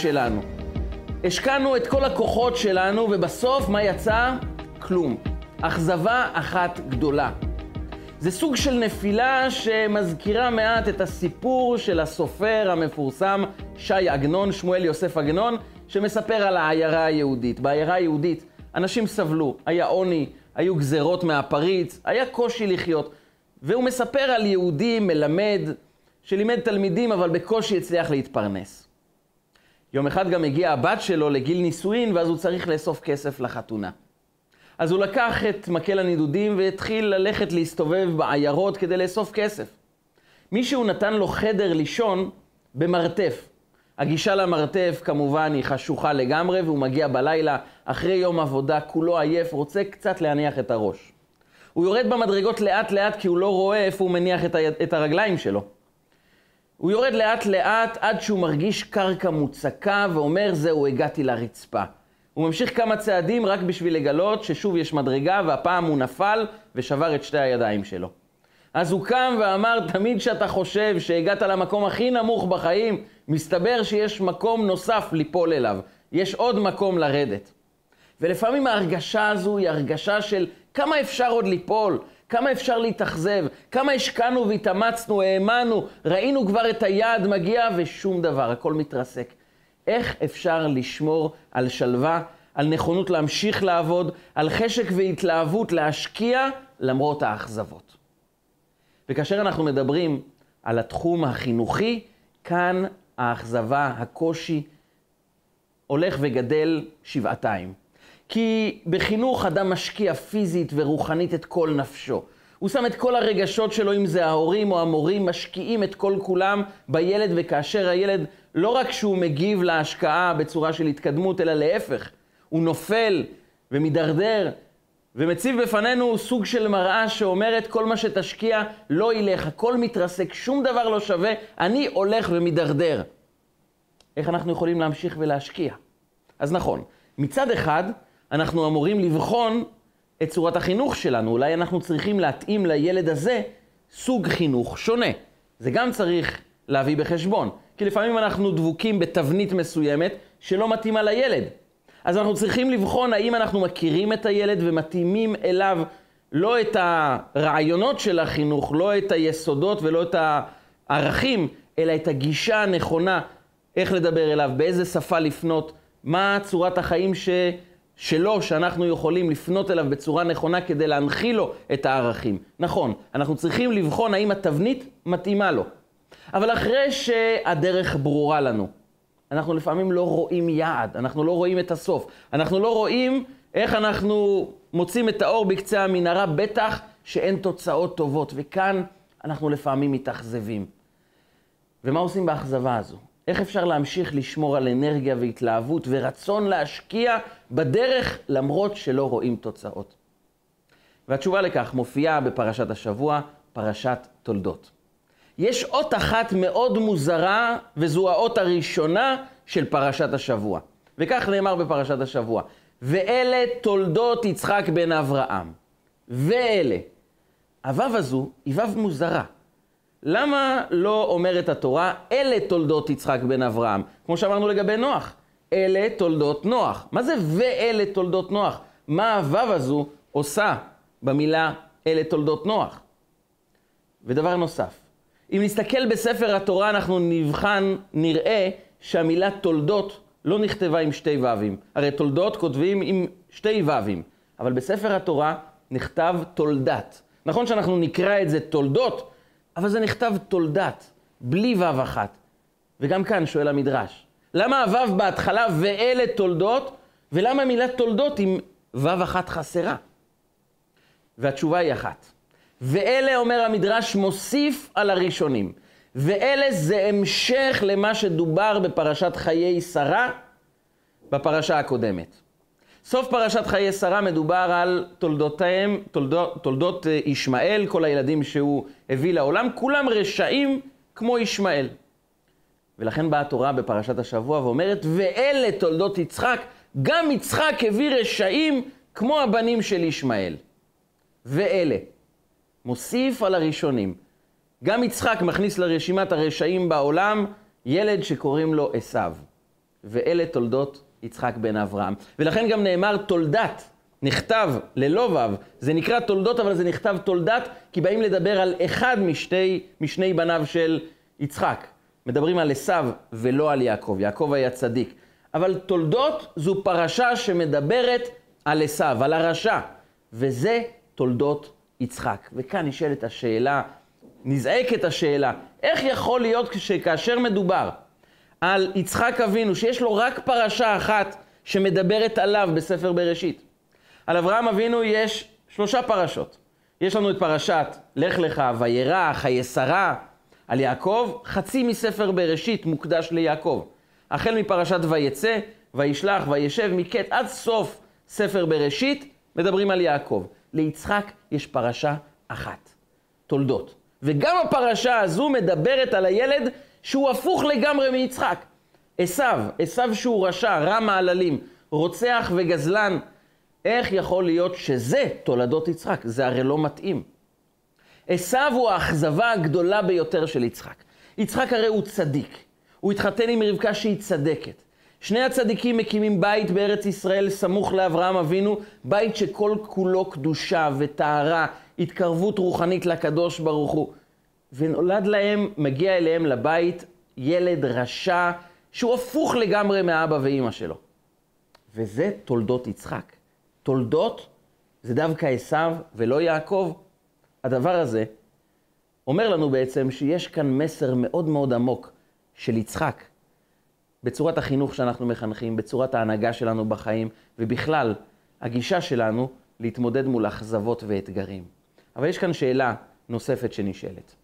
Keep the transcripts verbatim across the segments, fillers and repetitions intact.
שלנו. השקענו את כל הכוחות שלנו, ובסוף מה יצא? כלום. אכזבה אחת גדולה. זה סוג של נפילה שמזכירה מעט את הסיפור של הסופר המפורסם שי עגנון, שמואל יוסף עגנון, שמספר על העיירה היהודית. בעיירה היהודית אנשים סבלו, היה עוני, היו גזרות מהפריץ, היה קושי לחיות. והוא מספר על יהודי מלמד, שלימד תלמידים אבל בקושי הצליח להתפרנס. יום אחד גם הגיעה הבת שלו לגיל נישואין, ואז הוא צריך לאסוף כסף לחתונה. אז הוא לקח את מקל הנידודים והתחיל ללכת להסתובב בעיירות כדי לאסוף כסף. מישהו נתן לו חדר לישון במרתף. הגישה למרתף כמובן היא חשוכה לגמרי, והוא מגיע בלילה אחרי יום עבודה כולו עייף, רוצה קצת להניח את הראש. הוא יורד במדרגות לאט לאט כי הוא לא רואה איפה הוא מניח את, ה... את הרגליים שלו. הוא יורד לאט לאט עד שהוא מרגיש קרקע מוצקה ואומר זהו, הגעתי לרצפה. הוא ממשיך כמה צעדים רק בשביל לגלות ששוב יש מדרגה, והפעם הוא נפל ושבר את שתי הידיים שלו. אז הוא קם ואמר, תמיד שאתה חושב שהגעת למקום הכי נמוך בחיים, מסתבר שיש מקום נוסף ליפול אליו. יש עוד מקום לרדת. ולפעמים ההרגשה הזו היא הרגשה של כמה אפשר עוד ליפול, כמה אפשר להתאכזב, כמה השקענו והתאמצנו, האמנו, ראינו כבר את היעד מגיע ושום דבר, הכל מתרסק. איך אפשר לשמור על שלווה, על נכונות להמשיך לעבוד, על חשק והתלהבות להשקיע למרות האכזבות? וכאשר אנחנו מדברים על התחום החינוכי, כאן האכזבה, הקושי, הולך וגדל שבעתיים. כי בחינוך אדם משקיע פיזית ורוחנית את כל נפשו. הוא שם את כל הרגשות שלו, אם זה ההורים או המורים, משקיעים את כל כולם בילד, וכאשר הילד לא רק שהוא מגיב להשקעה בצורה של התקדמות, אלא להפך, הוא נופל ומדרדר, ומציב בפנינו סוג של מראה שאומרת כל מה שתשקיע לא ילך, הכל מתרסק, שום דבר לא שווה, אני הולך ומדרדר. איך אנחנו יכולים להמשיך ולהשקיע? אז נכון, מצד אחד אנחנו אמורים לבחון את צורת החינוך שלנו, אולי אנחנו צריכים להתאים לילד הזה סוג חינוך שונה. זה גם צריך להביא בחשבון, כי לפעמים אנחנו דבוקים בתבנית מסוימת שלא מתאימה לילד. אז אנחנו צריכים לבחון האם אנחנו מכירים את הילד ומתאימים אליו לא את הרעיונות של החינוך, לא את היסודות ולא את הערכים, אלא את הגישה הנכונה, איך לדבר אליו, באיזה שפה לפנות, מה צורת החיים ש... שלו, שאנחנו יכולים לפנות אליו בצורה נכונה כדי להנחיל לו את הערכים. נכון, אנחנו צריכים לבחון האם התבנית מתאימה לו. אבל אחרי שהדרך ברורה לנו, אנחנו לפעמים לא רואים יעד, אנחנו לא רואים את הסוף. אנחנו לא רואים איך אנחנו מוצאים את האור בקצה המנהרה, בטח שאין תוצאות טובות. וכאן אנחנו לפעמים מתאכזבים. ומה עושים באכזבה הזו? איך אפשר להמשיך לשמור על אנרגיה והתלהבות ורצון להשקיע בדרך למרות שלא רואים תוצאות? והתשובה לכך מופיעה בפרשת השבוע, פרשת תולדות. יש אות אחת מאוד מוזרה, וזו האות הראשונה של פרשת השבוע. וכך נאמר בפרשת השבוע, ואלה תולדות יצחק בן אברהם. ואלה. הוו הזו היא וו מוזרה. למה לא אומרת התורה, אלה תולדות יצחק בן אברהם? כמו שאמרנו לגבי נוח, אלה תולדות נוח. מה זה ואלה תולדות נוח? מה הוו הזו עושה במילה אלה תולדות נוח? ודבר נוסף, אם נסתכל בספר התורה אנחנו נבחן, נראה שהמילה תולדות לא נכתבה עם שתי וווים. הרי תולדות כותבים עם שתי וווים, אבל בספר התורה נכתב תולדת. נכון שאנחנו נקרא את זה תולדות, אבל זה נכתב תולדת, בלי וו אחת. וגם כאן שואל המדרש, למה הוו בהתחלה ואלה תולדות, ולמה מילה תולדות עם וו אחת חסרה? והתשובה היא אחת. ואלה, אומר המדרש, מוסיף על הראשונים. ואלה זה המשך למה שדובר בפרשת חיי שרה, בפרשה הקודמת. סוף פרשת חיי שרה מדובר על תולדותיהם, תולדות, תולדות ישמעאל, כל הילדים שהוא הביא לעולם, כולם רשעים כמו ישמעאל. ולכן באה התורה בפרשת השבוע ואומרת, ואלה תולדות יצחק, גם יצחק הביא רשעים כמו הבנים של ישמעאל. ואלה, מוסיף על הראשונים. גם יצחק מכניס לרשימת הרשעים בעולם ילד שקוראים לו עשיו. ואלה תולדות יצחק בן אברהם. ולכן גם נאמר תולדת, נכתב ללא וו, זה נקרא תולדות, אבל זה נכתב תולדת, כי באים לדבר על אחד משתי, משני בניו של יצחק. מדברים על עשיו ולא על יעקב, יעקב היה צדיק. אבל תולדות זו פרשה שמדברת על עשיו, על הרשע, וזה תולדות יצחק. וכאן נשאלת השאלה, נזעקת השאלה, איך יכול להיות שכאשר מדובר על יצחק אבינו, שיש לו רק פרשה אחת שמדברת עליו בספר בראשית. על אברהם אבינו יש שלושה פרשות. יש לנו את פרשת לך לך, וירא, חיי שרה. על יעקב, חצי מספר בראשית מוקדש ליעקב. החל מפרשת ויצא, וישלח, וישב, מקט עד סוף ספר בראשית, מדברים על יעקב. ליצחק יש פרשה אחת, תולדות. וגם הפרשה הזו מדברת על הילד שהוא הפוך לגמרי מיצחק. עשיו, עשיו שהוא רשע, רע מעללים, רוצח וגזלן. איך יכול להיות שזה תולדות יצחק? זה הרי לא מתאים. עשיו הוא האכזבה הגדולה ביותר של יצחק. יצחק הרי הוא צדיק. הוא התחתן עם רבקה שהיא צדקת. שני הצדיקים מקימים בית בארץ ישראל סמוך לאברהם אבינו, בית שכל כולו קדושה וטהרה, התקרבות רוחנית לקדוש ברוך הוא. ונולד להם, מגיע אליהם לבית, ילד רשע, שהוא הפוך לגמרי מהאבא ואמא שלו. וזה תולדות יצחק. תולדות זה דווקא עשיו ולא יעקב. הדבר הזה אומר לנו בעצם שיש כאן מסר מאוד מאוד עמוק של יצחק, בצורת החינוך שאנחנו מחנכים, בצורת ההנהגה שלנו בחיים, ובכלל הגישה שלנו להתמודד מול אכזבות ואתגרים. אבל יש כאן שאלה נוספת שנשאלת.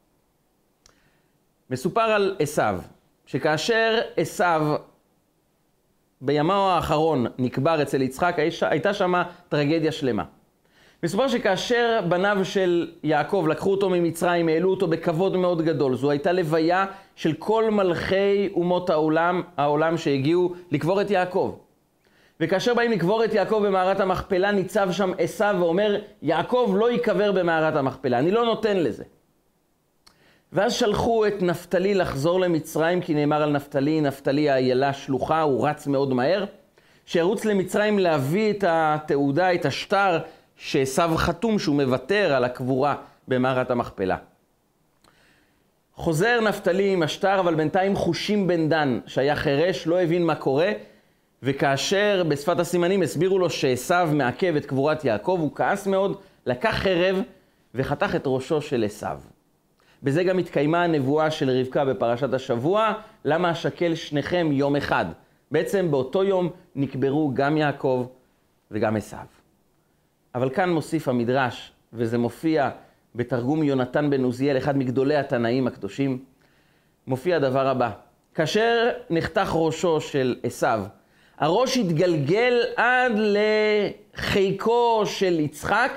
מסופר על עשיו, שכאשר עשיו בימיו האחרון נקבר אצל יצחק, הייתה שמה טרגדיה שלמה. מסופר שכאשר בניו של יעקב לקחו אותו ממצרים, העלו אותו בכבוד מאוד גדול. זו הייתה לוויה של כל מלכי אומות העולם, העולם שהגיעו לקבור את יעקב. וכאשר באים לקבור את יעקב במערת המכפלה, ניצב שם עשיו ואומר, יעקב לא ייקבר במערת המכפלה, אני לא נותן לזה. ואז שלחו את נפתלי לחזור למצרים, כי נאמר על נפתלי, נפתלי האיילה שלוחה, הוא רץ מאוד מהר, שירוץ למצרים להביא את התעודה, את השטר, שעשיו חתום שהוא מוותר על הקבורה במערת המכפלה. חוזר נפתלי עם השטר, אבל בינתיים חושים בן דן, שהיה חירש, לא הבין מה קורה, וכאשר בשפת הסימנים הסבירו לו שעשיו מעכב את קבורת יעקב, הוא כעס מאוד, לקח חרב וחתך את ראשו של עשיו. בזה גם התקיימה הנבואה של רבקה בפרשת השבוע, למה אשכל שניכם יום אחד. בעצם באותו יום נקברו גם יעקב וגם עשיו. אבל כאן מוסיף המדרש, וזה מופיע בתרגום יונתן בן עוזיאל, אחד מגדולי התנאים הקדושים, מופיע הדבר הבא. כאשר נחתך ראשו של עשיו, הראש התגלגל עד לחיקו של יצחק,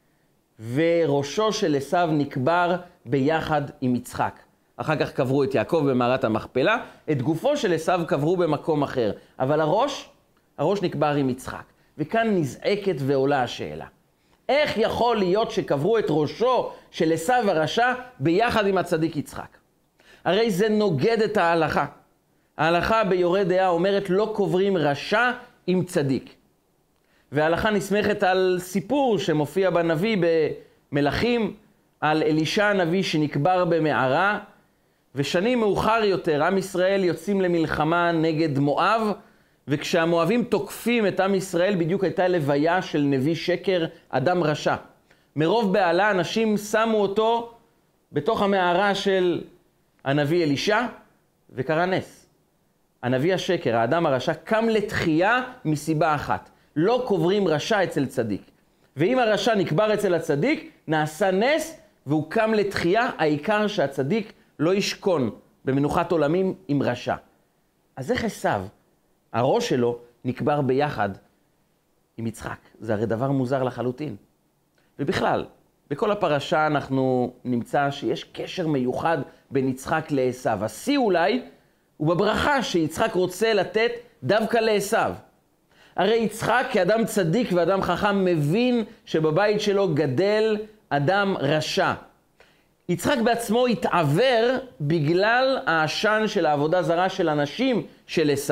וראשו של עשיו נקבר ביחד עם יצחק. אחר כך קברו את יעקב במערת המכפלה, את גופו של עשיו קברו במקום אחר. אבל הראש, הראש נקבר עם יצחק. וכאן נזעקת ועולה השאלה. איך יכול להיות שקברו את ראשו של עשיו הרשע ביחד עם הצדיק יצחק? הרי זה נוגד את ההלכה. ההלכה ביורה דעה אומרת לא קוברים רשע עם צדיק. וההלכה נסמכת על סיפור שמופיע בנביא במלכים, על אלישע הנביא שנקבר במערה, ושנים מאוחר יותר עם ישראל יוצאים למלחמה נגד מואב, וכשהמואבים תוקפים את עם ישראל בדיוק הייתה לוויה של נביא שקר, אדם רשע. מרוב בעלה אנשים שמו אותו בתוך המערה של הנביא אלישע, וקרה נס. הנביא השקר, האדם הרשע, קם לתחייה מסיבה אחת. לא קוברים רשע אצל צדיק. ואם הרשע נקבר אצל הצדיק, נעשה נס והוא קם לתחייה, העיקר שהצדיק לא ישכון במנוחת עולמים עם רשע. אז איך עשיו? הראש שלו נקבר ביחד עם יצחק. זה הרי דבר מוזר לחלוטין. ובכלל, בכל הפרשה אנחנו נמצא שיש קשר מיוחד בין יצחק לעשיו. השיא אולי הוא בברכה שיצחק רוצה לתת דווקא לעשיו. הרי יצחק כאדם צדיק ואדם חכם מבין שבבית שלו גדל אדם רשע. יצחק בעצמו התעוור בגלל העשן של העבודה זרה של אנשים של עשיו.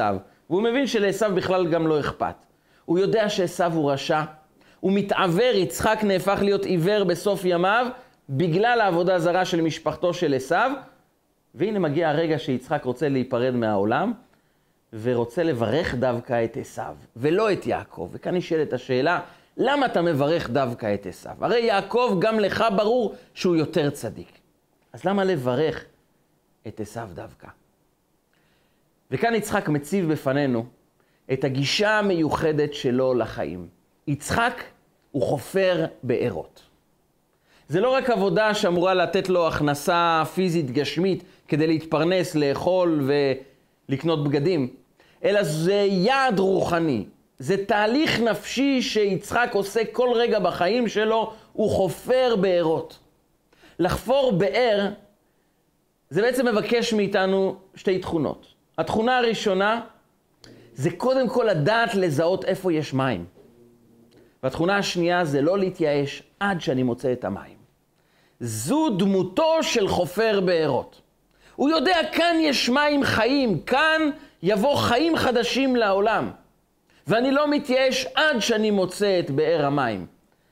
והוא מבין שלעשו בכלל גם לא אכפת. הוא יודע שעשו הוא רשע, הוא מתעבר, יצחק נהפך להיות עיוור בסוף ימיו, בגלל העבודה הזרה של משפחתו של עשו, והנה מגיע הרגע שיצחק רוצה להיפרד מהעולם, ורוצה לברך דווקא את עשו, ולא את יעקב. וכאן נשאלת השאלה, למה אתה מברך דווקא את עשו? הרי יעקב גם לך ברור שהוא יותר צדיק. אז למה לברך את עשו דווקא? וכאן יצחק מציב בפנינו את הגישה המיוחדת שלו לחיים. יצחק הוא חופר בארות. זה לא רק עבודה שאמורה לתת לו הכנסה פיזית גשמית כדי להתפרנס, לאכול ולקנות בגדים, אלא זה יעד רוחני. זה תהליך נפשי שיצחק עושה כל רגע בחיים שלו, הוא חופר בארות. לחפור באר זה בעצם מבקש מאיתנו שתי תכונות. התכונה הראשונה זה קודם כל לדעת לזהות איפה יש מים. והתכונה השנייה זה לא להתייאש עד שאני מוצא את המים. זו דמותו של חופר בארות. הוא יודע, כאן יש מים חיים, כאן יבוא חיים חדשים לעולם. ואני לא מתייאש עד שאני מוצא את באר המים.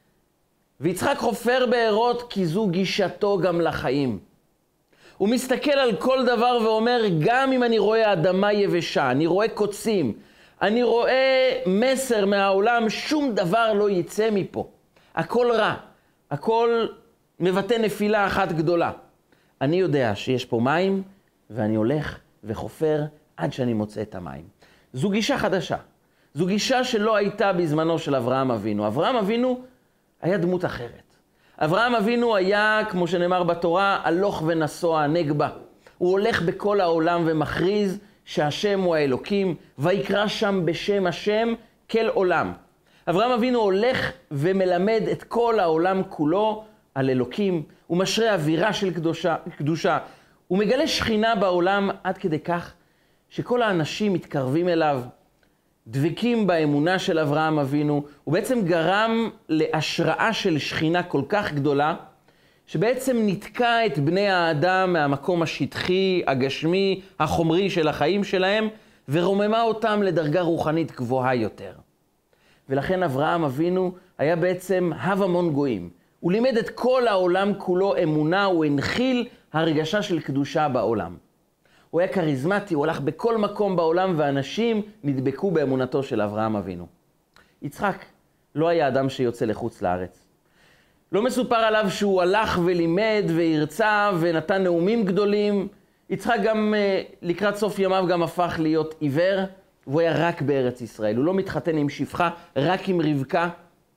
ויצחק חופר בארות כי זו גישתו גם לחיים. הוא מסתכל על כל דבר ואומר, גם אם אני רואה אדמה יבשה, אני רואה קוצים, אני רואה מסר מהעולם, שום דבר לא יצא מפה. הכל רע, הכל מבטא נפילה אחת גדולה. אני יודע שיש פה מים, ואני הולך וחופר עד שאני מוצא את המים. זו גישה חדשה. זו גישה שלא הייתה בזמנו של אברהם אבינו. אברהם אבינו היה דמות אחרת. אברהם אבינו היה, כמו שנאמר בתורה, הלוך ונסוע נגבה. הוא הולך בכל העולם ומכריז שהשם הוא האלוקים, ויקרא שם בשם השם כל עולם. אברהם אבינו הולך ומלמד את כל העולם כולו על אלוקים. הוא משרה אווירה של קדושה, קדושה. הוא מגלה שכינה בעולם עד כדי כך שכל האנשים מתקרבים אליו, דבקים באמונה של אברהם אבינו. הוא בעצם גרם להשראה של שכינה כל כך גדולה, שבעצם נתקע את בני האדם מהמקום השטחי, הגשמי, החומרי של החיים שלהם, ורוממה אותם לדרגה רוחנית גבוהה יותר. ולכן אברהם אבינו היה בעצם הב המון גויים. הוא לימד את כל העולם כולו אמונה, הוא הנחיל הרגשה של קדושה בעולם. הוא היה קריזמטי, הוא הלך בכל מקום בעולם, ואנשים נדבקו באמונתו של אברהם אבינו. יצחק לא היה אדם שיוצא לחוץ לארץ. לא מסופר עליו שהוא הלך ולימד והרצה ונתן נאומים גדולים. יצחק גם לקראת סוף ימיו גם הפך להיות עיוור, והוא היה רק בארץ ישראל. הוא לא מתחתן עם שפחה, רק עם רבקה.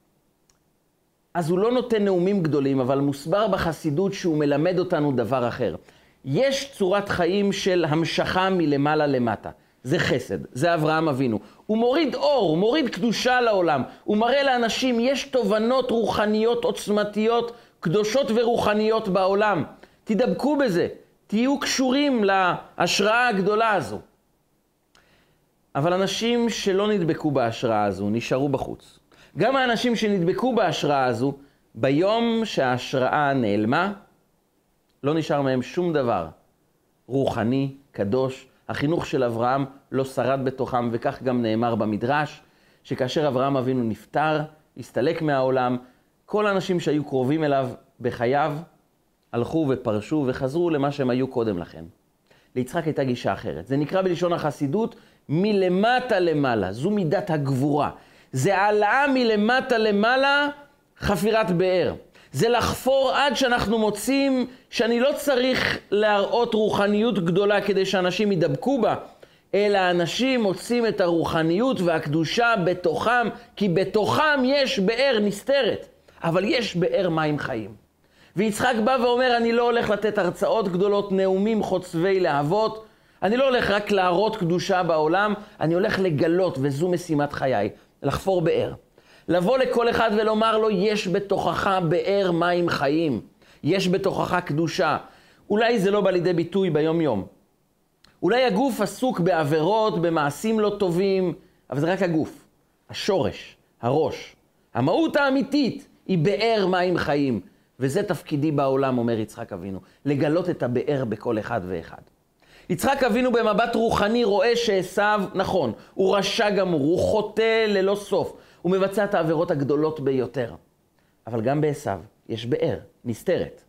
אז הוא לא נותן נאומים גדולים, אבל מוסבר בחסידות שהוא מלמד אותנו דבר אחר. יש צורת חיים של המשכה מלמעלה למטה. זה חסד, זה אברהם אבינו. הוא מוריד אור, הוא מוריד קדושה לעולם. הוא מראה לאנשים, יש תובנות רוחניות עוצמתיות, קדושות ורוחניות בעולם. תדבקו בזה, תהיו קשורים להשראה הגדולה הזו. אבל אנשים שלא נדבקו בהשראה הזו, נשארו בחוץ. גם האנשים שנדבקו בהשראה הזו, ביום שההשראה נעלמה, לא נשאר מהם שום דבר רוחני, קדוש. החינוך של אברהם לא שרד בתוכם, וכך גם נאמר במדרש, שכאשר אברהם אבינו נפטר, הסתלק מהעולם, כל האנשים שהיו קרובים אליו בחייו, הלכו ופרשו וחזרו למה שהם היו קודם לכן. ליצחק הייתה גישה אחרת. זה נקרא בלשון החסידות מלמטה למעלה. זו מידת הגבורה. זה העלאה מלמטה למעלה, חפירת באר. זה לחפור עד שאנחנו מוצאים שאני לא צריך להראות רוחניות גדולה כדי שאנשים ידבקו בה, אלא אנשים מוצאים את הרוחניות והקדושה בתוכם, כי בתוכם יש באר נסתרת, אבל יש באר מים חיים. ויצחק בא ואומר, אני לא הולך לתת הרצאות גדולות, נאומים חוצבי להבות, אני לא הולך רק להראות קדושה בעולם, אני הולך לגלות, וזו משימת חיי, לחפור באר. לבוא לכל אחד ולומר לו, יש בתוכך באר מים חיים, יש בתוכך קדושה. אולי זה לא בא לידי ביטוי ביום יום. אולי הגוף עסוק בעבירות, במעשים לא טובים, אבל זה רק הגוף, השורש, הראש. המהות האמיתית היא באר מים חיים, וזה תפקידי בעולם, אומר יצחק אבינו, לגלות את הבאר בכל אחד ואחד. יצחק אבינו במבט רוחני רואה שעשיו, נכון, הוא רשע גמור, הוא חוטא ללא סוף, הוא מבצע את העבירות הגדולות ביותר. אבל גם בעשיו יש באר, נסתרת.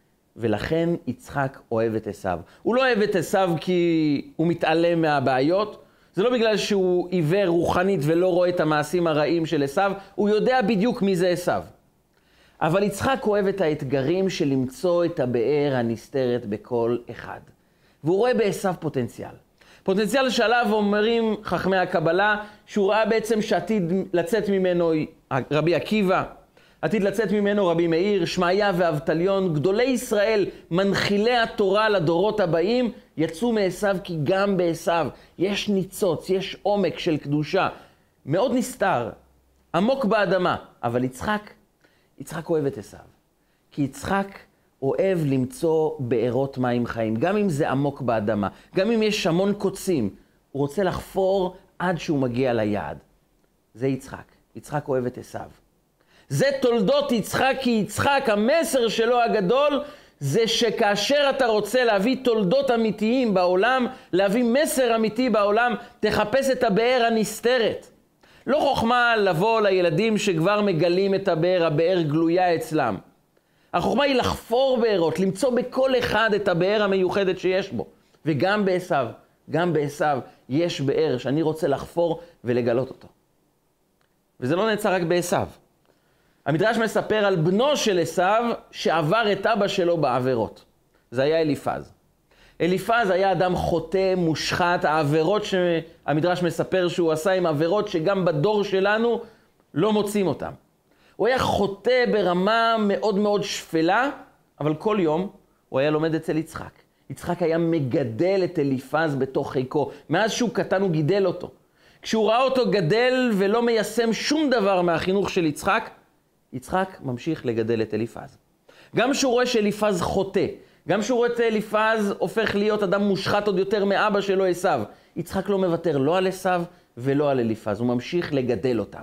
ולכן יצחק אוהב את עשיו. הוא לא אוהב את עשיו כי הוא מתעלם מהבעיות, זה לא בגלל שהוא עיוור רוחנית ולא רואה את המעשים הרעים של עשיו, הוא יודע בדיוק מי זה עשיו. אבל יצחק אוהב את האתגרים של למצוא את הבאר הנסתרת בכל אחד. והוא רואה בעשיו פוטנציאל. פוטנציאל שעליו אומרים חכמי הקבלה, שהוא ראה בעצם שעתיד לצאת ממנו רבי עקיבא, עתיד לצאת ממנו רבי מאיר, שמעיה ואבטליון, גדולי ישראל, מנחילי התורה לדורות הבאים, יצאו מעשיו כי גם בעשיו יש ניצוץ, יש עומק של קדושה, מאוד נסתר, עמוק באדמה. אבל יצחק, יצחק אוהב את עשיו, כי יצחק אוהב למצוא בארות מים חיים, גם אם זה עמוק באדמה, גם אם יש המון קוצים, הוא רוצה לחפור עד שהוא מגיע ליעד. זה יצחק, יצחק אוהב את עשיו. זה תולדות יצחק, כי יצחק, המסר שלו הגדול, זה שכאשר אתה רוצה להביא תולדות אמיתיים בעולם, להביא מסר אמיתי בעולם, תחפש את הבאר הנסתרת. לא חוכמה לבוא לילדים שכבר מגלים את הבאר, הבאר גלויה אצלם. החוכמה היא לחפור בארות, למצוא בכל אחד את הבאר המיוחדת שיש בו. וגם בעשיו, גם בעשיו יש באר שאני רוצה לחפור ולגלות אותו. וזה לא נעצר רק בעשיו. המדרש מספר על בנו של עשיו שעבר את אבא שלו בעבירות. זה היה אליפז. אליפז היה אדם חוטא, מושחת, העבירות שהמדרש מספר שהוא עשה עם עבירות שגם בדור שלנו לא מוצאים אותם. הוא היה חוטא ברמה מאוד מאוד שפלה, אבל כל יום הוא היה לומד אצל יצחק. יצחק היה מגדל את אליפז בתוך חיקו. מאז שהוא קטן הוא גידל אותו. כשהוא ראה אותו גדל ולא מיישם שום דבר מהחינוך של יצחק, יצחק ממשיך לגדל את אליפז. גם שהוא רואה שאליפז חוטא, גם שהוא רואה את אליפז הופך להיות אדם מושחת עוד יותר מאבא שלו עשיו, יצחק לא מוותר לא על עשיו ולא על אליפז, הוא ממשיך לגדל אותם.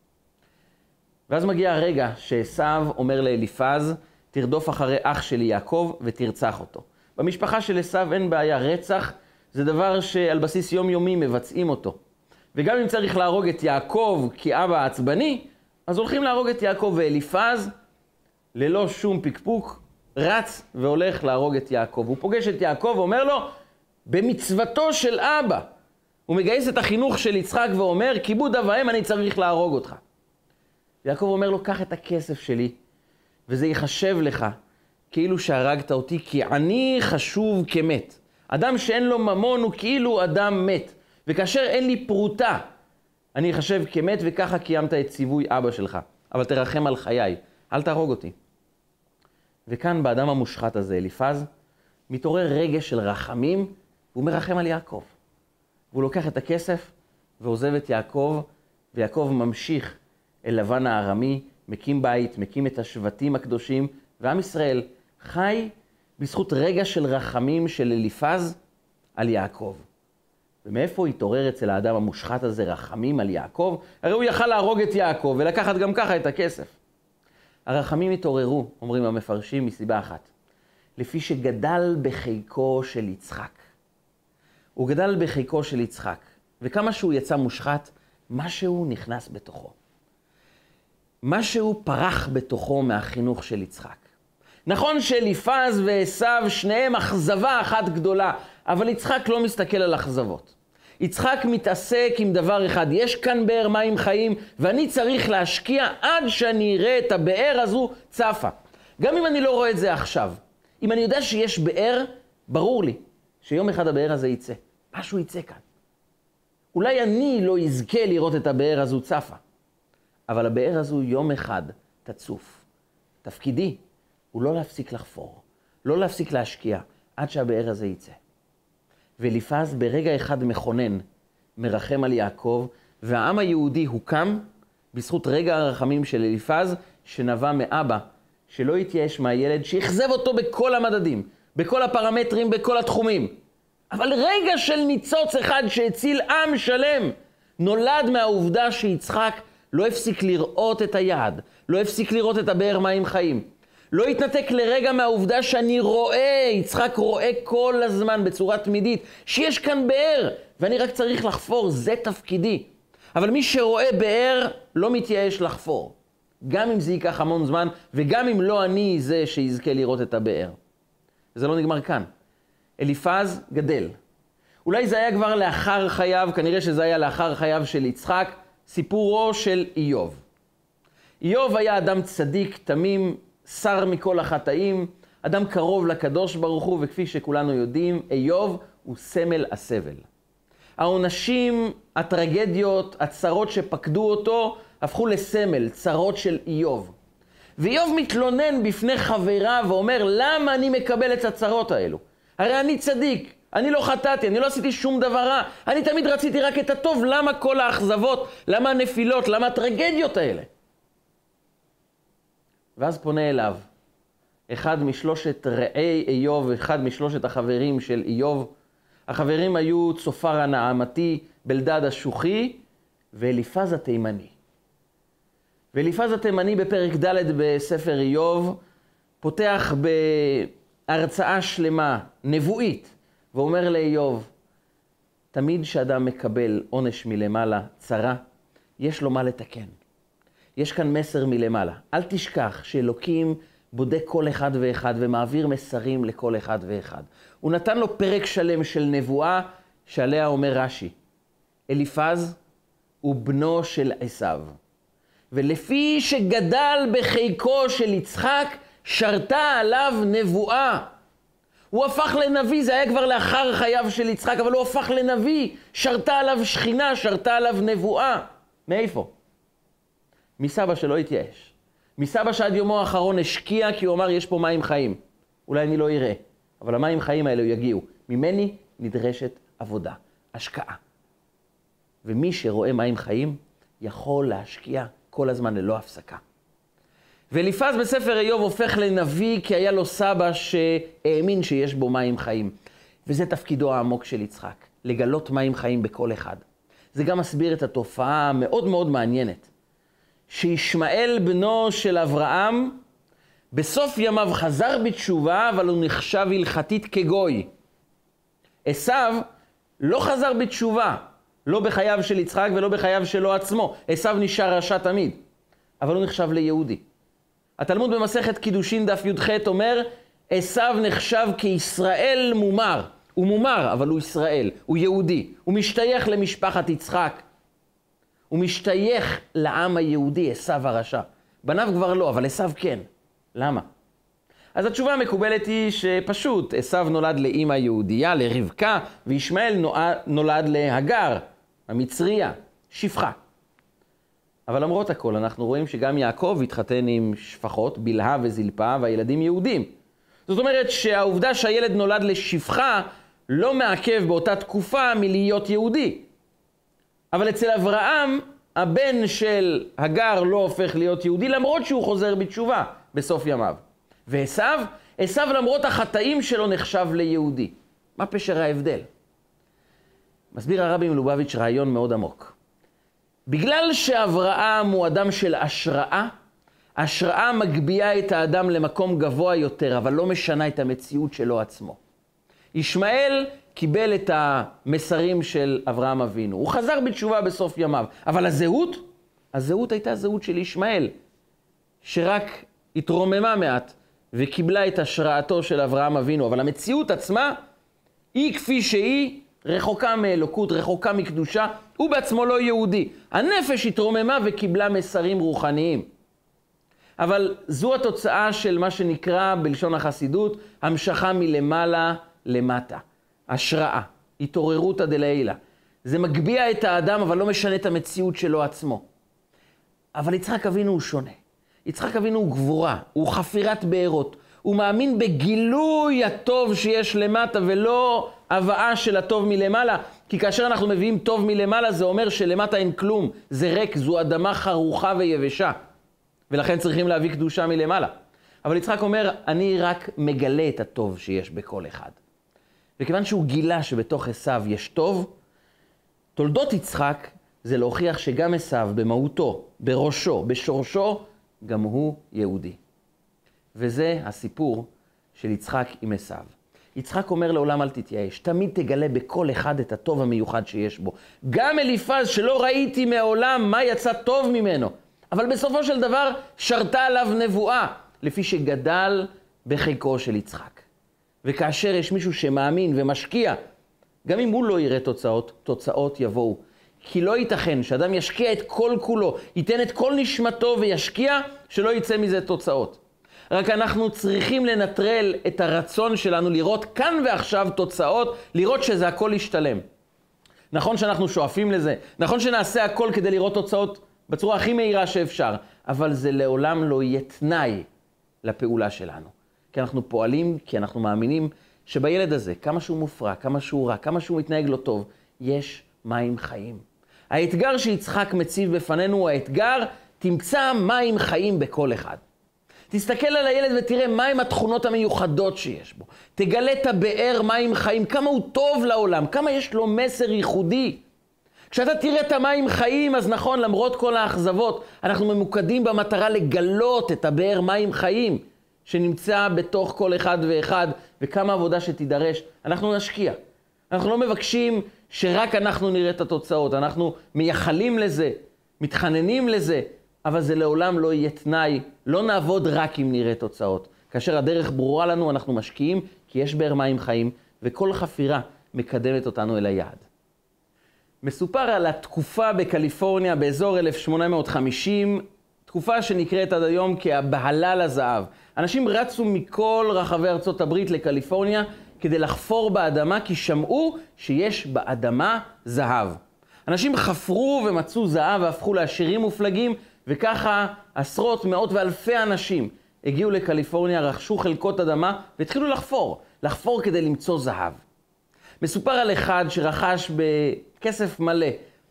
ואז מגיע הרגע שעשיו אומר לאליפז, תרדוף אחרי אח שלי יעקב ותרצח אותו. במשפחה של עשיו אין בעיה, רצח זה דבר שעל בסיס יומיומי מבצעים אותו. וגם אם צריך להרוג את יעקב כי אבא עצבני, אז הולכים להרוג את יעקב, ואליפז, ללא שום פקפוק, רץ והולך להרוג את יעקב. הוא פוגש את יעקב ואומר לו, במצוותו של אבא, הוא מגייס את החינוך של יצחק ואומר, כיבוד אב ואם אני צריך להרוג אותך. יעקב אומר לו, קח את הכסף שלי, וזה יחשב לך, כאילו שהרגת אותי, כי אני חשוב כמת. אדם שאין לו ממון הוא כאילו אדם מת, וכאשר אין לי פרוטה, אני אחשב כמת, וככה קיימת את ציווי אבא שלך. אבל תרחם על חיי, אל תהרוג אותי. וכאן באדם המושחת הזה, אליפז, מתעורר רגש של רחמים, והוא מרחם על יעקב. והוא לוקח את הכסף ועוזב את יעקב, ויעקב ממשיך אל לבן הארמי, מקים בית, מקים את השבטים הקדושים, ועם ישראל חי בזכות רגע של רחמים של אליפז על יעקב. ומאיפה התעורר אצל האדם המושחת הזה רחמים על יעקב? הרי הוא יכל להרוג את יעקב ולקחת גם ככה את הכסף. הרחמים התעוררו, אומרים המפרשים, מסיבה אחת. לפי שגדל בחיקו של יצחק. הוא גדל בחיקו של יצחק, וכמה שהוא יצא מושחת, משהו נכנס בתוכו. משהו פרח בתוכו מהחינוך של יצחק. נכון שאליפז ועשיו שניהם אכזבה אחת גדולה, אבל יצחק לא מסתכל על אכזבות. יצחק מתעסק עם דבר אחד, יש כאן באר מים חיים, ואני צריך להשקיע עד שאני אראה את הבאר הזו צפה. גם אם אני לא רואה את זה עכשיו, אם אני יודע שיש באר, ברור לי שיום אחד הבאר הזה יצא. משהו יצא כאן. אולי אני לא יזכה לראות את הבאר הזו צפה, אבל הבאר הזו יום אחד תצוף. תפקידי הוא לא להפסיק לחפור, לא להפסיק להשקיע, עד שהבאר הזה יצא. ואליפז ברגע אחד מכונן, מרחם על יעקב, והעם היהודי הוקם בזכות רגע הרחמים של אליפז, שנבע מאבא, שלא התייאש מהילד, שיחזב אותו בכל המדדים, בכל הפרמטרים, בכל התחומים. אבל רגע של ניצוץ אחד שהציל עם שלם, נולד מהעובדה שיצחק לא הפסיק לראות את היעד, לא הפסיק לראות את הבאר מים חיים. לא יתנתק לרגע מהעובדה שאני רואה, יצחק רואה כל הזמן בצורה תמידית, שיש כאן באר, ואני רק צריך לחפור, זה תפקידי. אבל מי שרואה באר לא מתייאש לחפור. גם אם זה ייקח המון זמן, וגם אם לא אני זה שיזכה לראות את הבאר. זה לא נגמר כאן. אליפז גדל. אולי זה היה כבר לאחר חייו, כנראה שזה היה לאחר חייו של יצחק, סיפורו של איוב. איוב היה אדם צדיק, תמים, שר מכל החטאים, אדם קרוב לקדוש ברוך הוא, וכפי שכולנו יודעים, איוב הוא סמל הסבל. העונשים, הטרגדיות, הצרות שפקדו אותו, הפכו לסמל, צרות של איוב. ואיוב מתלונן בפני חבריו ואומר, למה אני מקבל את הצרות האלו? הרי אני צדיק, אני לא חטאתי, אני לא עשיתי שום דבר רע, אני תמיד רציתי רק את הטוב, למה כל האכזבות, למה הנפילות, למה הטרגדיות האלה? ואז פונה אליו, אחד משלושת רעי איוב, אחד משלושת החברים של איוב. החברים היו צופר הנעמתי, בלדד השוחי, ואליפז התימני. ואליפז התימני בפרק ד' בספר איוב, פותח בהרצאה שלמה, נבואית, ואומר לאיוב, תמיד שאדם מקבל עונש מלמעלה, צרה, יש לו מה לתקן. יש כאן מסר מלמעלה. אל תשכח שאלוקים בודק כל אחד ואחד ומעביר מסרים לכל אחד ואחד. הוא נתן לו פרק שלם של נבואה שעליה אומר רש"י. אליפז הוא בנו של עשיו. ולפי שגדל בחיקו של יצחק, שרתה עליו נבואה. הוא הפך לנביא, זה היה כבר לאחר חייו של יצחק, אבל הוא הפך לנביא, שרתה עליו שכינה, שרתה עליו נבואה. מאיפה? מסבא שלא התייאש. מסבא שעד יומו האחרון השקיע, כי הוא אמר, יש פה מים חיים. אולי אני לא אראה, אבל המים חיים האלו יגיעו. ממני נדרשת עבודה, השקעה. ומי שרואה מים חיים, יכול להשקיע כל הזמן ללא הפסקה. ואליפז בספר איוב הופך לנביא, כי היה לו סבא שהאמין שיש בו מים חיים. וזה תפקידו העמוק של יצחק, לגלות מים חיים בכל אחד. זה גם מסביר את התופעה המאוד מאוד מעניינת. שישמעאל בנו של אברהם, בסוף ימיו חזר בתשובה, אבל הוא נחשב הלכתית כגוי. עשיו לא חזר בתשובה, לא בחייו של יצחק ולא בחייו שלו עצמו. עשיו נשאר רשע תמיד, אבל הוא נחשב ליהודי. התלמוד במסכת קידושין דף י"ח אומר, עשיו נחשב כישראל מומר. הוא מומר, אבל הוא ישראל, הוא יהודי. הוא משתייך למשפחת יצחק. הוא משתייך לעם היהודי, עשיו הרשע. בניו כבר לא, אבל עשיו כן. למה? אז התשובה המקובלת היא שפשוט עשיו נולד לאמא יהודייה, לרבקה, וישמעאל נולד להגר, המצריה, שפחה. אבל למרות הכל, אנחנו רואים שגם יעקב התחתן עם שפחות, בלהה וזלפה, והילדים יהודים. זאת אומרת שהעובדה שהילד נולד לשפחה לא מעכב באותה תקופה מלהיות יהודי. אבל אצל אברהם, הבן של הגר לא הופך להיות יהודי, למרות שהוא חוזר בתשובה בסוף ימיו. ועשיו, עשיו למרות החטאים שלו נחשב ליהודי. מה פשר ההבדל? מסביר הרבי מלובביץ' רעיון מאוד עמוק. בגלל שאברהם הוא אדם של השראה, השראה מגביהה את האדם למקום גבוה יותר, אבל לא משנה את המציאות שלו עצמו. ישמעאל קיבל את המסרים של אברהם אבינו. הוא חזר בתשובה בסוף ימיו. אבל הזהות, הזהות הייתה זהות של ישמעאל, שרק התרוממה מעט וקיבלה את השראתו של אברהם אבינו. אבל המציאות עצמה היא כפי שהיא, רחוקה מאלוקות, רחוקה מקדושה. הוא בעצמו לא יהודי. הנפש התרוממה וקיבלה מסרים רוחניים. אבל זו התוצאה של מה שנקרא בלשון החסידות, המשכה מלמעלה למטה. השראה, התעוררות דלעילא. זה מגביע את האדם, אבל לא משנה את המציאות שלו עצמו. אבל יצחק אבינו הוא שונה. יצחק אבינו הוא גבורה, הוא חפירת בארות. הוא מאמין בגילוי הטוב שיש למטה, ולא הבאה של הטוב מלמעלה. כי כאשר אנחנו מביאים טוב מלמעלה, זה אומר שלמטה אין כלום. זה ריק, זו אדמה חרוכה ויבשה. ולכן צריכים להביא קדושה מלמעלה. אבל יצחק אומר, אני רק מגלה את הטוב שיש בכל אחד. וכיוון שהוא גילה שבתוך עשיו יש טוב, תולדות יצחק זה להוכיח שגם עשיו במהותו, בראשו, בשורשו, גם הוא יהודי. וזה הסיפור של יצחק עם עשיו. יצחק אומר לעולם אל תתייאש, תמיד תגלה בכל אחד את הטוב המיוחד שיש בו. גם אליפז שלא ראיתי מעולם מה יצא טוב ממנו, אבל בסופו של דבר שרתה עליו נבואה, לפי שגדל בחיקו של יצחק. וכאשר יש מישהו שמאמין ומשקיע, גם אם הוא לא יראה תוצאות, תוצאות יבואו. כי לא ייתכן שאדם ישקיע את כל כולו, ייתן את כל נשמתו וישקיע, שלא יצא מזה תוצאות. רק אנחנו צריכים לנטרל את הרצון שלנו לראות כאן ועכשיו תוצאות, לראות שזה הכל ישתלם. נכון שאנחנו שואפים לזה, נכון שנעשה הכל כדי לראות תוצאות בצורה הכי מהירה שאפשר, אבל זה לעולם לא יהיה תנאי לפעולה שלנו. כי אנחנו פועלים, כי אנחנו מאמינים שבילד הזה, כמה שהוא מופרע, כמה שהוא רע, כמה שהוא מתנהג לא טוב, יש מים חיים. האתגר שיצחק מציב בפנינו הוא האתגר, תמצא מים חיים בכל אחד. תסתכל על הילד ותראה מהם התכונות המיוחדות שיש בו. תגלה את הבאר מים חיים, כמה הוא טוב לעולם, כמה יש לו מסר ייחודי. כשאתה תראה את המים חיים, אז נכון, למרות כל האכזבות, אנחנו ממוקדים במטרה לגלות את הבאר מים חיים, שנמצא בתוך כל אחד ואחד, וכמה עבודה שתידרש, אנחנו נשקיע. אנחנו לא מבקשים שרק אנחנו נראה את התוצאות, אנחנו מייחלים לזה, מתחננים לזה, אבל זה לעולם לא יהיה תנאי, לא נעבוד רק אם נראה תוצאות. כאשר הדרך ברורה לנו, אנחנו משקיעים, כי יש באר מים חיים, וכל חפירה מקדמת אותנו אל היעד. מסופר על התקופה בקליפורניה באזור אלף שמונה מאות וחמישים, תקופה שנקראת עד היום כהבהלה לזהב. אנשים רצו מכל רחבי ארצות הברית לקליפורניה כדי לחפור באדמה, כי שמעו שיש באדמה זהב. אנשים חפרו ומצאו זהב והפכו לעשירים מופלגים, וככה עשרות, מאות ואלפי אנשים הגיעו לקליפורניה, רכשו חלקות אדמה והתחילו לחפור, לחפור כדי למצוא זהב. מסופר על אחד שרכש בכסף מלא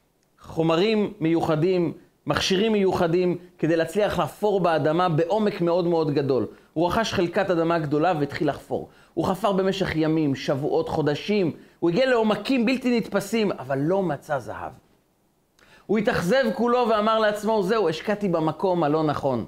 חומרים מיוחדים, מכשירים מיוחדים, כדי להצליח לחפור באדמה בעומק מאוד מאוד גדול. הוא רכש חלקת אדמה גדולה והתחיל לחפור. הוא חפר במשך ימים, שבועות, חודשים. הוא הגיע לעומקים בלתי נתפסים, אבל לא מצא זהב. הוא התאכזב כולו ואמר לעצמו, זהו, השקעתי במקום הלא נכון.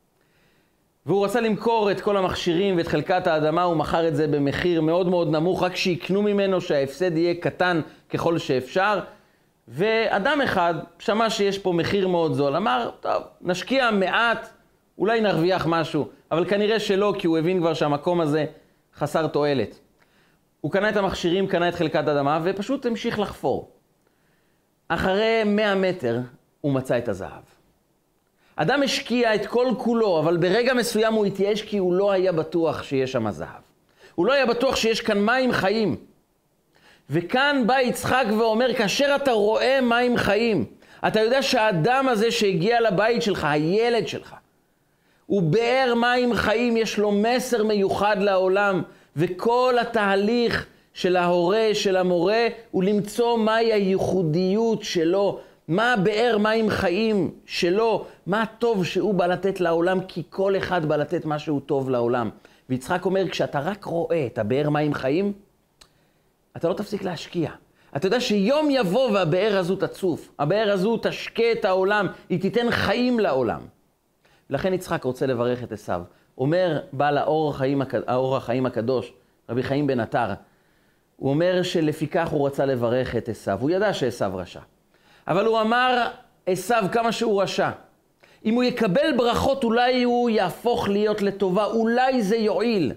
והוא רצה למכור את כל המכשירים ואת חלקת האדמה, הוא מכר את זה במחיר מאוד מאוד נמוך, רק שיקנו ממנו שההפסד יהיה קטן ככל שאפשר. ואדם אחד שמע שיש פה מחיר מאוד זול, אמר, טוב, נשקיע מעט, אולי נרוויח משהו, אבל כנראה שלא, כי הוא הבין כבר שהמקום הזה חסר תועלת. הוא קנה את המכשירים, קנה את חלקת האדמה, ופשוט המשיך לחפור. אחרי מאה מטר הוא מצא את הזהב. אדם השקיע את כל כולו, אבל ברגע מסוים הוא התייאש כי הוא לא היה בטוח שיש שם זהב. הוא לא היה בטוח שיש כאן מים חיים. וכאן בא יצחק ואומר, כאשר אתה רואה מים חיים, אתה יודע שהאדם הזה שהגיע לבית שלך, הילד שלך, הוא באר מים חיים, יש לו מסר מיוחד לעולם, וכל התהליך של ההורה, של המורה, הוא למצוא מהי הייחודיות שלו, מה באר מים חיים שלו, מה הטוב שהוא בא לתת לעולם, כי כל אחד בא לתת משהו טוב לעולם. ויצחק אומר, כשאתה רק רואה את הבאר מים חיים, אתה לא תפסיק להשקיע. אתה יודע שיום יבוא והבאר הזו תצוף, הבאר הזו תשקה את העולם, היא תיתן חיים לעולם. לכן יצחק רוצה לברך את עשיו. אומר בעל האור החיים, האור החיים הקדוש, רבי חיים בן עטר, הוא אומר שלפיכך הוא רצה לברך את עשיו. הוא ידע שעשיו רשע. אבל הוא אמר, עשיו כמה שהוא רשע. אם הוא יקבל ברכות, אולי הוא יהפוך להיות לטובה, אולי זה יועיל.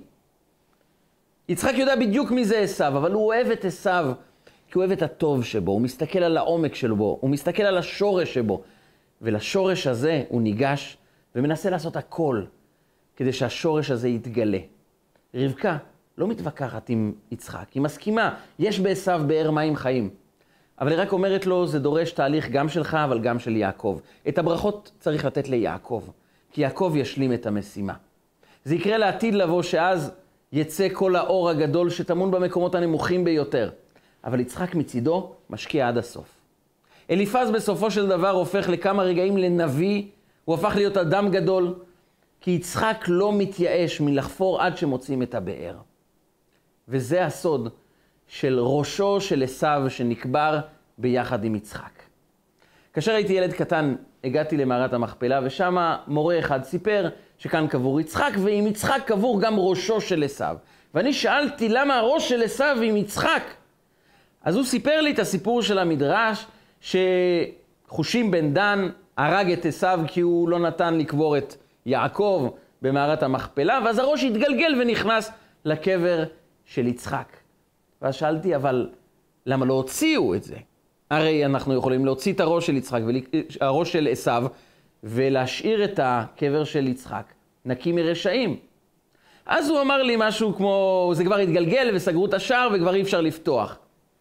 יצחק יודע בדיוק מי זה עשיו, אבל הוא אוהב את עשיו, כי הוא אוהב את הטוב שבו, הוא מסתכל על העומק שלו, הוא מסתכל על השורש שבו. ולשורש הזה הוא ניגש ומנסה לעשות הכל, כדי שהשורש הזה יתגלה. רבקה לא מתווכחת עם יצחק, היא מסכימה, יש בעשיו באר מים חיים. אבל היא רק אומרת לו, זה דורש תהליך גם שלך, אבל גם של יעקב. את הברכות צריך לתת ליעקב, כי יעקב ישלים את המשימה. זה יקרה לעתיד לבוא שאז יצא כל האור הגדול שטמון במקומות הנמוכים ביותר. אבל יצחק מצידו משקיע עד הסוף. אליפז בסופו של דבר הופך לכמה רגעים לנביא, הוא הפך להיות אדם גדול, כי יצחק לא מתייאש מלחפור עד שמוצאים את הבאר. וזה הסוד של ראשו של עשיו שנקבר ביחד עם יצחק. כאשר הייתי ילד קטן, הגעתי למערת המכפלה, ושם מורה אחד סיפר שכאן קבור יצחק, ועם יצחק קבור גם ראשו של עשיו. ואני שאלתי למה הראש של עשיו עם יצחק? אז הוא סיפר לי את הסיפור של המדרש, שחושים בן דן הרג את עשיו כי הוא לא נתן לקבור את יעקב במערת המכפלה, ואז הראש התגלגל ונכנס לקבר של יצחק. ואז שאלתי, אבל למה לא הוציאו את זה? הרי אנחנו יכולים להוציא את הראש של יצחק, הראש של עשיו, ולהשאיר את הקבר של יצחק נקי מרשעים. אז הוא אמר לי משהו כמו, זה כבר התגלגל וסגרו את השער וכבר אי אפשר לפתוח.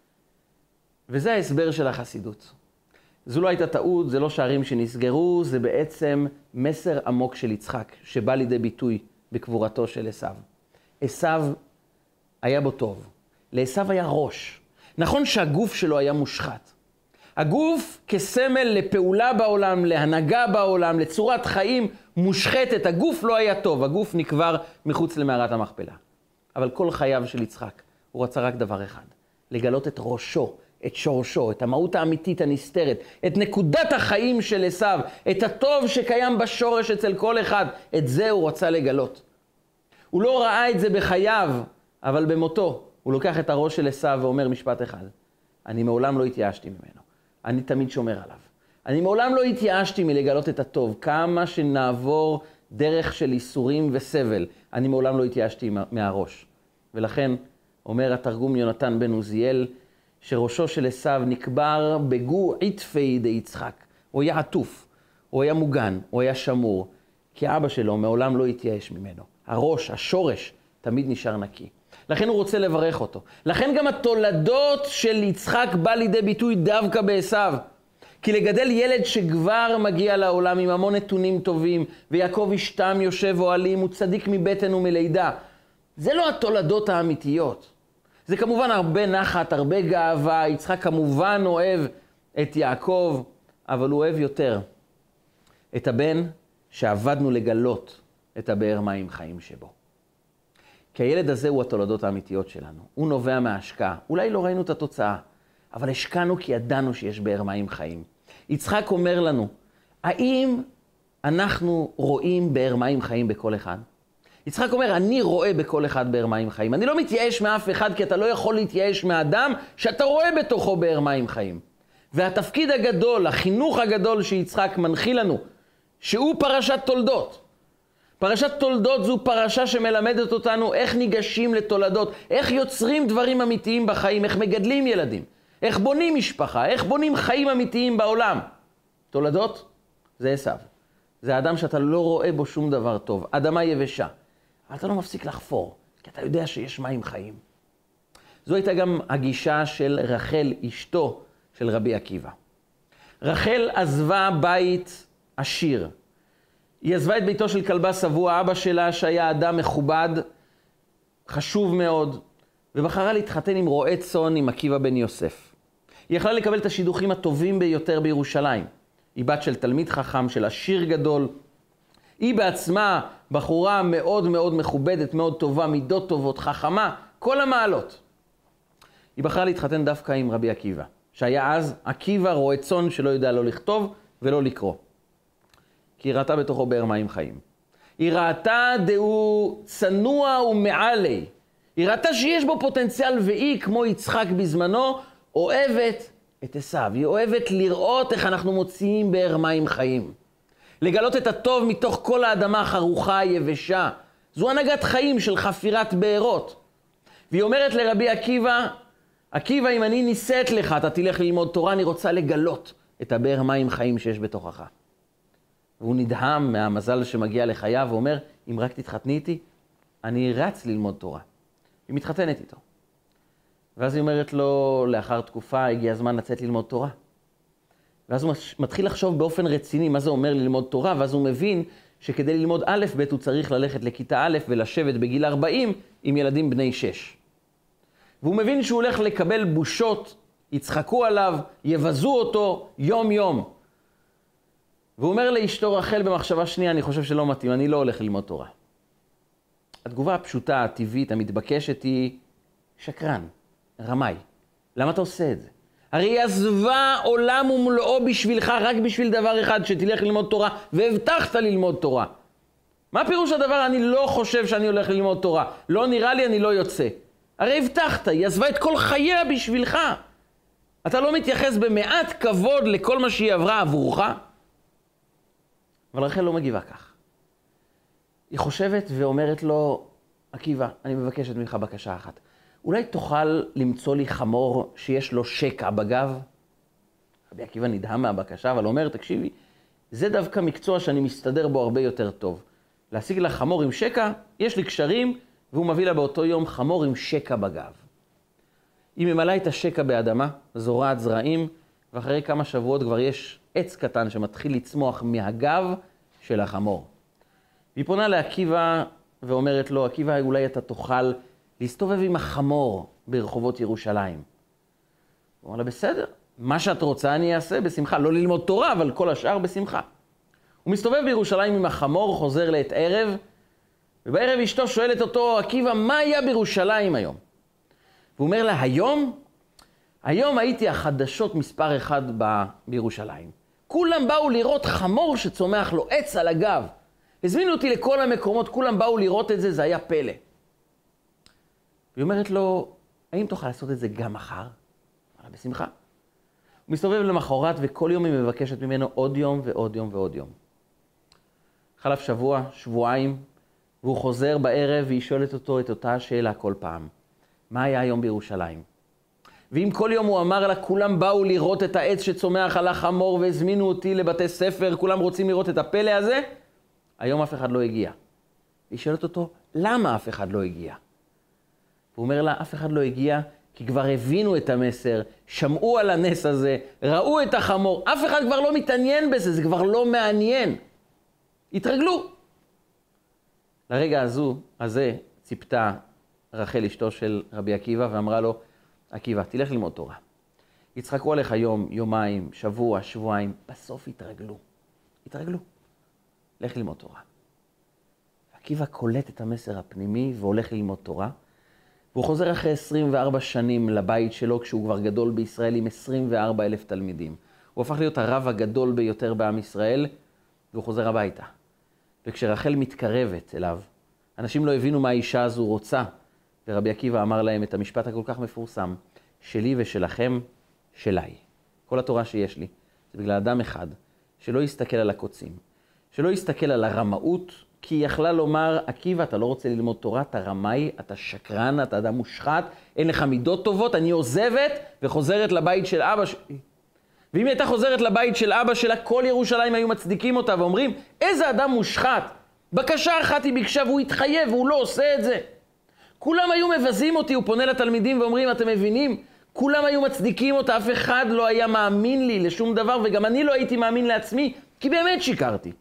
וזה ההסבר של החסידות. זו לא הייתה טעות, זה לא שערים שנסגרו, זה בעצם מסר עמוק של יצחק, שבא לידי ביטוי בקבורתו של עשיו. עשיו היה בו טוב, לעשיו היה ראש. נכון שהגוף שלו היה מושחת. הגוף כסמל לפעולה בעולם, להנהגה בעולם, לצורת חיים מושחתת. הגוף לא היה טוב, הגוף נקבר מחוץ למערת המכפלה. אבל כל חייו של יצחק, הוא רצה רק דבר אחד, לגלות את ראשו, את שורשו, את המהות האמיתית הנסתרת, את נקודת החיים של עשיו, את הטוב שקיים בשורש אצל כל אחד, את זה הוא רצה לגלות. הוא לא ראה את זה בחייו, אבל במותו. הוא לוקח את הראש של עשיו ואומר משפט אחד, אני מעולם לא התייאשתי ממנו, אני תמיד שומר עליו. אני מעולם לא התייאשתי מלגלות את הטוב, כמה שנעבור דרך של איסורים וסבל, אני מעולם לא התייאשתי מהראש. ולכן אומר התרגום יונתן בן עוזיאל, שראשו של עשיו נקבר בגו עטפי די יצחק. הוא היה עטוף, הוא היה מוגן, הוא היה שמור, כי אבא שלו מעולם לא התייאש ממנו. הראש, השורש, תמיד נשאר נקי. לכן הוא רוצה לברך אותו. לכן גם התולדות של יצחק בא לידי ביטוי דווקא בעשיו. כי לגדל ילד שכבר מגיע לעולם עם המון נתונים טובים, ויעקב אשתם יושב אוהלים, הוא צדיק מבטן ומלידה. זה לא התולדות האמיתיות. זה כמובן הרבה נחת, הרבה גאווה. יצחק כמובן אוהב את יעקב, אבל הוא אוהב יותר את הבן שעבדנו לגלות את הבאר מים חיים שבו. כי הילד הזה הוא התולדות האמיתיות שלנו. הוא נובע מההשקעה. אולי לא ראינו את התוצאה, אבל השקענו כי ידענו שיש באר מים חיים. יצחק אומר לנו, האם אנחנו רואים באר מים חיים בכל אחד? יצחק אומר, אני רואה בכל אחד באר מים חיים. אני לא מתייאש מאף אחד, כי אתה לא יכול להתייאש מהאדם שאתה רואה בתוכו באר מים חיים. והתפקיד הגדול, החינוך הגדול שיצחק מנחיל לנו, שהוא פרשת תולדות. פרשת תולדות זו פרשה שמלמדת אותנו איך ניגשים לתולדות, איך יוצרים דברים אמיתיים בחיים, איך מגדלים ילדים, איך בונים משפחה, איך בונים חיים אמיתיים בעולם. תולדות זה עשיו. זה האדם שאתה לא רואה בו שום דבר טוב, אדמה יבשה. אבל אתה לא מפסיק לחפור, כי אתה יודע שיש מים חיים. זו הייתה גם הגישה של רחל, אשתו של רבי עקיבא. רחל עזבה בית עשיר. היא עזבה את ביתו של כלבה שבוע, אבא שלה שהיה אדם מכובד, חשוב מאוד, ובחרה להתחתן עם רועה צאן עם עקיבא בן יוסף. היא יכלה לקבל את השידוכים הטובים ביותר בירושלים. היא בת של תלמיד חכם, של עשיר גדול. היא בעצמה בחורה מאוד מאוד מכובדת, מאוד טובה, מידות טובות, חכמה, כל המעלות. היא בחרה להתחתן דווקא עם רבי עקיבא, שהיה אז עקיבא רועה צאן שלא יודע לא לכתוב ולא לקרוא. כי היא ראתה בתוכו באר מים חיים. היא ראתה דהו צנוע ומעלי. היא ראתה שיש בו פוטנציאל, והיא, כמו יצחק בזמנו, אוהבת את עשיו. היא אוהבת לראות איך אנחנו מוציאים באר מים חיים. לגלות את הטוב מתוך כל האדמה החרוכה היבשה. זו הנהגת חיים של חפירת בארות. והיא אומרת לרבי עקיבא, עקיבא, אם אני ניסית לך, אתה תלך ללמוד תורה, אני רוצה לגלות את הבאר מים חיים שיש בתוכך. והוא נדהם מהמזל שמגיע לחייו, ואומר, אם רק תתחתני איתי, אני רץ ללמוד תורה. היא מתחתנת איתו. ואז היא אומרת לו, לאחר תקופה, הגיע הזמן לצאת ללמוד תורה. ואז הוא מתחיל לחשוב באופן רציני מה זה אומר ללמוד תורה, ואז הוא מבין שכדי ללמוד א' ב' הוא צריך ללכת לכיתה א' ולשבת בגיל ארבעים עם ילדים בני שש. והוא מבין שהוא הולך לקבל בושות, יצחקו עליו, יבזו אותו יום יום. והוא אומר לאשתו רחל במחשבה שנייה, אני חושב שלא מתאים, אני לא הולך ללמוד תורה. התגובה הפשוטה, הטבעית, המתבקשת היא שקרן, רמאי. למה אתה עושה את זה? הרי היא עזבה עולם ומלואו בשבילך, רק בשביל דבר אחד, שתלך ללמוד תורה, והבטחת ללמוד תורה. מה פירוש הדבר? אני לא חושב שאני הולך ללמוד תורה. לא נראה לי, אני לא יוצא. הרי הבטחת, היא עזבה את כל חייה בשבילך. אתה לא מתייחס במעט כבוד לכל מה שהיא עברה עבורך? אבל רחל לא מגיבה כך. היא חושבת ואומרת לו, עקיבא, אני מבקשת ממך בקשה אחת. אולי תוכל למצוא לי חמור שיש לו שקע בגב? רבי עקיבא נדהם מהבקשה, אבל אומר, תקשיבי, זה דווקא מקצוע שאני מסתדר בו הרבה יותר טוב. להשיג לה חמור עם שקע, יש לי קשרים, והוא מביא לה באותו יום חמור עם שקע בגב. היא ממלאה את השקע באדמה, זורעת זרעים, ואחרי כמה שבועות כבר יש עץ קטן שמתחיל לצמוח מהגב של החמור. והיא פונה לעקיבא ואומרת לו, עקיבא, אולי אתה תוכל להסתובב עם החמור ברחובות ירושלים. הוא אומר לה, בסדר, מה שאת רוצה אני אעשה בשמחה, לא ללמוד תורה, אבל כל השאר בשמחה. הוא מסתובב בירושלים עם החמור, חוזר לעת ערב, ובערב אשתו שואלת אותו, עקיבא, מה היה בירושלים היום? והוא אומר לה, היום, היום הייתי החדשות מספר אחד ב- בירושלים. כולם באו לראות חמור שצומח לו עץ על הגב. הזמינו אותי לכל המקומות, כולם באו לראות את זה, זה היה פלא. והיא אומרת לו, האם תוכל לעשות את זה גם מחר? אמר לה, בשמחה. הוא מסתובב למחרת וכל יום היא מבקשת ממנו עוד יום ועוד יום ועוד יום. חלף שבוע, שבועיים, והוא חוזר בערב והיא שואלת אותו את אותה שאלה כל פעם. מה היה היום בירושלים? ואם כל יום הוא אמר לה, כולם באו לראות את העץ שצומח על החמור והזמינו אותי לבתי ספר, כולם רוצים לראות את הפלא הזה, היום אף אחד לא הגיע. היא שואלת אותו, למה אף אחד לא הגיע? הוא אומר לה, אף אחד לא הגיע, כי כבר הבינו את המסר, שמעו על הנס הזה, ראו את החמור, אף אחד כבר לא מתעניין בזה, זה כבר לא מעניין. התרגלו. לרגע הזו, הזה, ציפתה רחל אשתו של רבי עקיבא ואמרה לו, עקיבא, תלך ללמוד תורה. יצחקו עליך יום, יומיים, שבוע, שבועיים, בסוף יתרגלו. יתרגלו. לך ללמוד תורה. עקיבא קולט את המסר הפנימי והולך ללמוד תורה, והוא חוזר אחרי עשרים וארבע שנים לבית שלו, כשהוא כבר גדול בישראל עם עשרים וארבעה אלף תלמידים. הוא הפך להיות הרב הגדול ביותר בעם ישראל, והוא חוזר הביתה. וכשרחל מתקרבת אליו, אנשים לא הבינו מה האישה הזו רוצה, ורבי עקיבא אמר להם את המשפט הכל כך מפורסם, שלי ושלכם, שלי. כל התורה שיש לי, זה בגלל אדם אחד, שלא יסתכל על הקוצים, שלא יסתכל על הרמאות, כי היא יכלה לומר, עקיבא, אתה לא רוצה ללמוד תורה, אתה רמאי, אתה שקרן, אתה אדם מושחת, אין לך מידות טובות, אני עוזבת וחוזרת לבית של אבא שלי. ואם היא הייתה חוזרת לבית של אבא שלה, כל ירושלים היו מצדיקים אותה ואומרים, איזה אדם מושחת. בקשה אחת היא ביקשה והוא התחייב והוא לא עושה את זה. כולם היו מבזים אותי, הוא פונה לתלמידים ואומרים, אתם מבינים? כולם היו מצדיקים אותה, אף אחד לא היה מאמין לי לשום דבר, וגם אני לא הייתי מאמין לעצמי, כי באמת שיקרתי.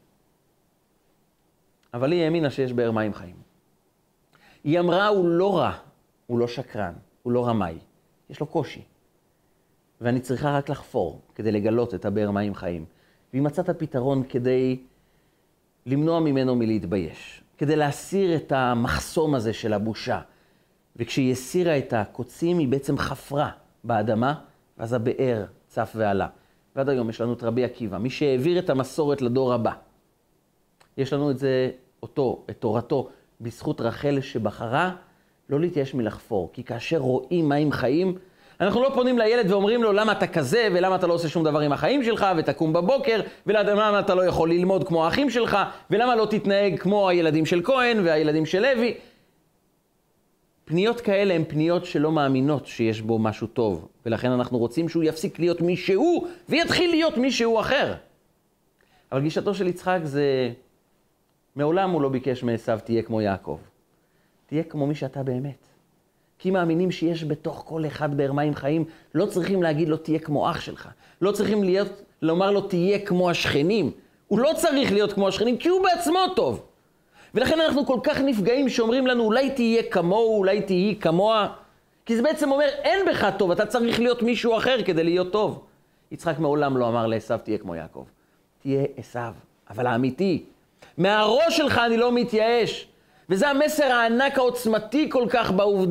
אבל היא האמינה שיש באר מים חיים. היא אמרה, הוא לא רע, הוא לא שקרן, הוא לא רמאי, יש לו קושי. ואני צריכה רק לחפור כדי לגלות את הבאר מים חיים. והיא מצאת פתרון כדי למנוע ממנו מלהתבייש, כדי להסיר את המחסום הזה של הבושה. וכשהיא הסירה את הקוצים, היא בעצם חפרה באדמה, ואז הבאר צף ועלה. ועד היום יש לנו את רבי עקיבא, מי שהעביר את המסורת לדור הבא. יש לנו את זה, אותו, את תורתו, בזכות רחל שבחרה לא להתייאש מלחפור. כי כאשר רואים מים חיים, אנחנו לא פונים לילד ואומרים לו, למה אתה כזה, ולמה אתה לא עושה שום דבר עם החיים שלך, ותקום בבוקר, ולמה אתה לא יכול ללמוד כמו האחים שלך, ולמה לא תתנהג כמו הילדים של כהן והילדים של לוי. פניות כאלה הן פניות שלא מאמינות שיש בו משהו טוב, ולכן אנחנו רוצים שהוא יפסיק להיות מי שהוא, ויתחיל להיות מי שהוא אחר. אבל גישתו של יצחק זה, מעולם הוא לא ביקש מעשיו, תהיה כמו יעקב. תהיה כמו מי שאתה באמת. כי מאמינים שיש בתוך כל אחד באר מים חיים, לא צריכים להגיד לו תהיה כמו אח שלך. לא צריכים להיות, לומר לו תהיה כמו השכנים. הוא לא צריך להיות כמו השכנים, כי הוא בעצמו טוב. ולכן אנחנו כל כך נפגעים שאומרים לנו, אולי תהיה כמוהו, אולי תהי כמוה. כי זה בעצם אומר, אין בך טוב, אתה צריך להיות מישהו אחר כדי להיות טוב. יצחק מעולם לא אמר לעשיו, תהיה כמו יעקב. תהיה עשיו, אבל האמיתי. מהראש שלך אני לא מתייאש. וזה המסר הענק העוצמתי כל כך בעובדה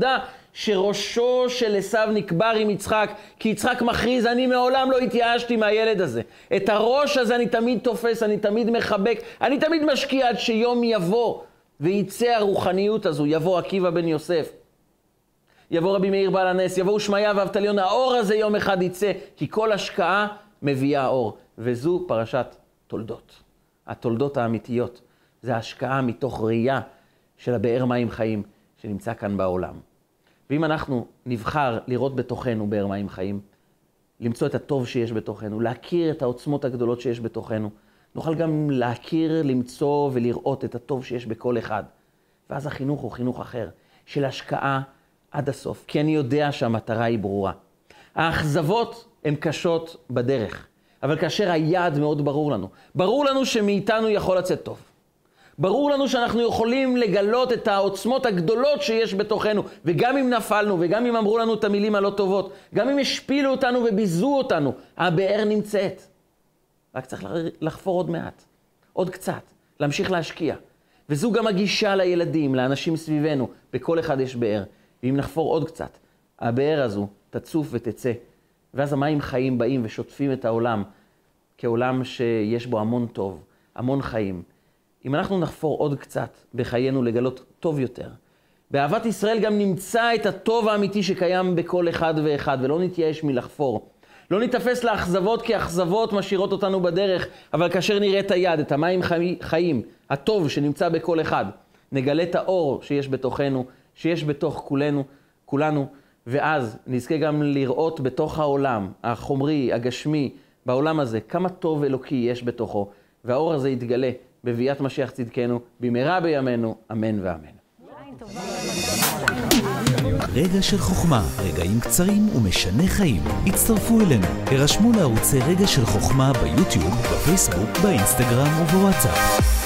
שראשו של עשיו נקבר עם יצחק, כי יצחק מכריז, אני מעולם לא התייאשתי מהילד הזה. את הראש הזה אני תמיד תופס, אני תמיד מחבק, אני תמיד משקיע עד שיום יבוא ויצא הרוחניות הזו, יבוא עקיבא בן יוסף, יבוא רבי מאיר בעל הנס, יבואו שמעיה ואבטליון, האור הזה יום אחד יצא, כי כל השקעה מביאה אור. וזו פרשת תולדות. התולדות האמיתיות. זה ההשקעה מתוך ראייה של הבאר מים חיים שנמצא כאן בעולם. ואם אנחנו נבחר לראות בתוכנו באר מים חיים, למצוא את הטוב שיש בתוכנו, להכיר את העוצמות הגדולות שיש בתוכנו, נוכל גם להכיר, למצוא ולראות את הטוב שיש בכל אחד. ואז החינוך הוא חינוך אחר, של השקעה עד הסוף, כי אני יודע שהמטרה היא ברורה. האכזבות הן קשות בדרך, אבל כאשר היעד מאוד ברור לנו, ברור לנו שמאיתנו יכול לצאת טוב. ברור לנו שאנחנו יכולים לגלות את העוצמות הגדולות שיש בתוכנו, וגם אם נפלנו, וגם אם אמרו לנו את המילים הלא טובות, גם אם השפילו אותנו וביזו אותנו, הבאר נמצאת. רק צריך לחפור עוד מעט, עוד קצת, להמשיך להשקיע. וזו גם הגישה לילדים, לאנשים סביבנו, בכל אחד יש באר. ואם נחפור עוד קצת, הבאר הזו תצוף ותצא. ואז המים חיים באים ושוטפים את העולם, כעולם שיש בו המון טוב, המון חיים. אם אנחנו נחפור עוד קצת בחיינו לגלות טוב יותר, באהבת ישראל גם נמצא את הטוב האמיתי שקיים בכל אחד ואחד, ולא נתייאש מלחפור. לא נתפס לאכזבות, כי אכזבות משאירות אותנו בדרך, אבל כאשר נראה את היד, את המים חיים, הטוב שנמצא בכל אחד, נגלה את האור שיש בתוכנו, שיש בתוך כולנו, כולנו, ואז נזכה גם לראות בתוך העולם, החומרי, הגשמי, בעולם הזה, כמה טוב אלוקי יש בתוכו, והאור הזה יתגלה בביאת משיח צדקנו, במהרה בימינו, אמן ואמן. רגע של חוכמה, רגעים קצרים ומשנה חיים. הצטרפו אלינו, הרשמו לערוצי רגע של חוכמה ביוטיוב, בפייסבוק, באינסטגרם ובוואטסאפ.